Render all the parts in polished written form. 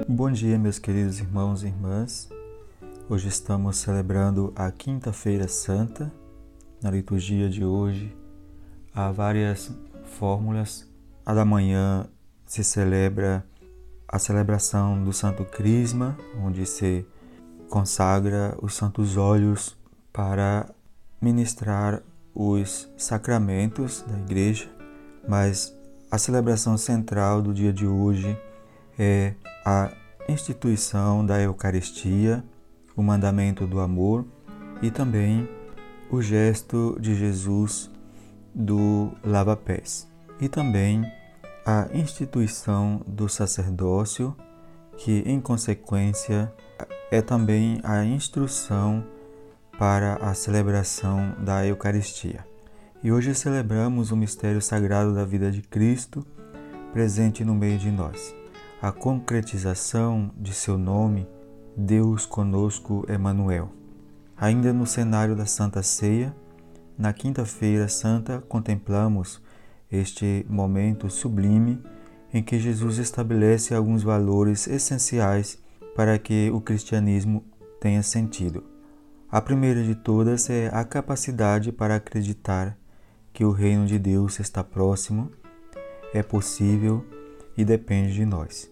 Bom dia, meus queridos irmãos e irmãs. Hoje estamos celebrando a Quinta-feira Santa. Na liturgia de hoje há várias fórmulas. A da manhã se celebra a celebração do Santo Crisma, onde se consagra os santos óleos para ministrar os sacramentos da igreja, mas a celebração central do dia de hoje é a instituição da Eucaristia, o mandamento do amor e também o gesto de Jesus do lava-pés. E também a instituição do sacerdócio, que em consequência é também a instrução para a celebração da Eucaristia. E hoje celebramos o mistério sagrado da vida de Cristo, presente no meio de nós. A concretização de seu nome, Deus conosco Emanuel. Ainda no cenário da Santa Ceia, na Quinta-feira Santa, contemplamos este momento sublime em que Jesus estabelece alguns valores essenciais para que o cristianismo tenha sentido. A primeira de todas é a capacidade para acreditar que o reino de Deus está próximo, é possível e depende de nós.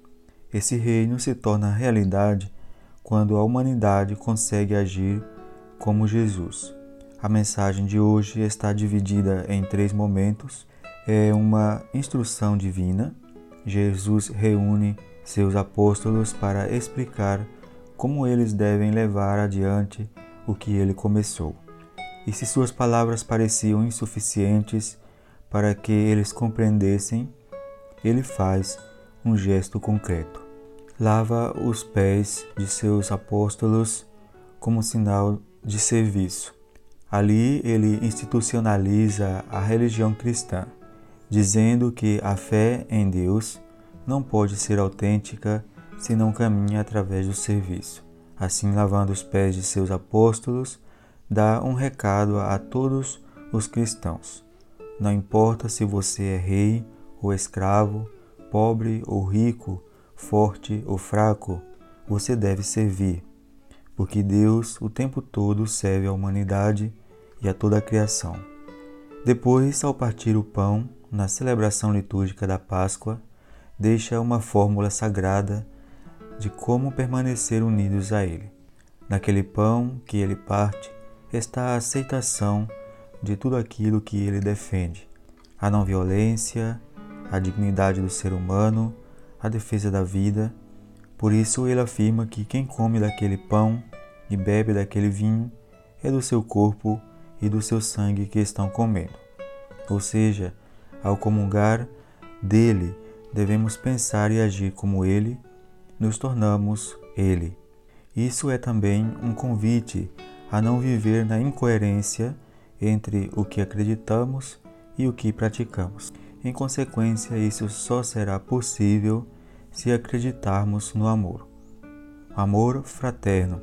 Esse reino se torna realidade quando a humanidade consegue agir como Jesus. A mensagem de hoje está dividida em 3 momentos. É uma instrução divina. Jesus reúne seus apóstolos para explicar como eles devem levar adiante o que ele começou. E se suas palavras pareciam insuficientes para que eles compreendessem, ele faz um gesto concreto. Lava os pés de seus apóstolos como sinal de serviço. Ali ele institucionaliza a religião cristã, dizendo que a fé em Deus não pode ser autêntica se não caminha através do serviço. Assim, lavando os pés de seus apóstolos, dá um recado a todos os cristãos. Não importa se você é rei ou escravo, pobre ou rico, forte ou fraco, você deve servir, porque Deus o tempo todo serve à humanidade e a toda a criação. Depois, ao partir o pão, na celebração litúrgica da Páscoa, deixa uma fórmula sagrada de como permanecer unidos a Ele. Naquele pão que Ele parte está a aceitação de tudo aquilo que Ele defende: a não violência, a dignidade do ser humano, a defesa da vida. Por isso ele afirma que quem come daquele pão e bebe daquele vinho é do seu corpo e do seu sangue que estão comendo. Ou seja, ao comungar dele, devemos pensar e agir como ele, nos tornamos ele. Isso é também um convite a não viver na incoerência entre o que acreditamos e o que praticamos. Em consequência, isso só será possível se acreditarmos no amor. O amor fraterno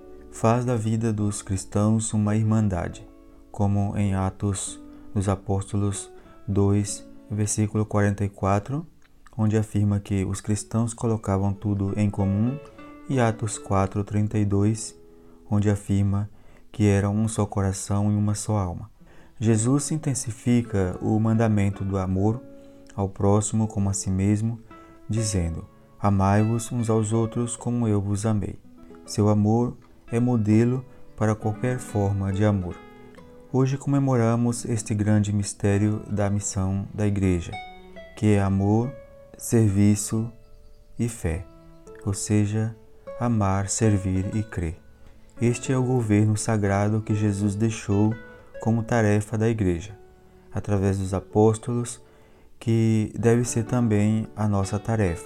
faz da vida dos cristãos uma irmandade, como em Atos dos Apóstolos 2, versículo 44, onde afirma que os cristãos colocavam tudo em comum, e Atos 4, 32, onde afirma que eram um só coração e uma só alma. Jesus intensifica o mandamento do amor ao próximo como a si mesmo, dizendo: amai-vos uns aos outros como eu vos amei. Seu amor é modelo para qualquer forma de amor. Hoje comemoramos este grande mistério da missão da Igreja, que é amor, serviço e fé, ou seja, amar, servir e crer. Este é o governo sagrado que Jesus deixou como tarefa da Igreja, através dos apóstolos, que deve ser também a nossa tarefa.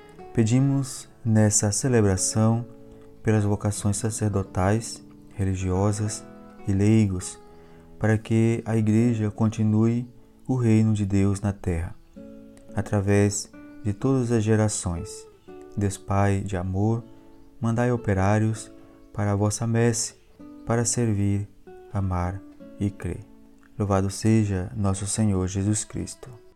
Pedimos nessa celebração pelas vocações sacerdotais, religiosas e leigos, para que a Igreja continue o reino de Deus na terra, através de todas as gerações. Deus Pai de amor, mandai operários para a vossa messe, para servir, amar e crer. Louvado seja nosso Senhor Jesus Cristo.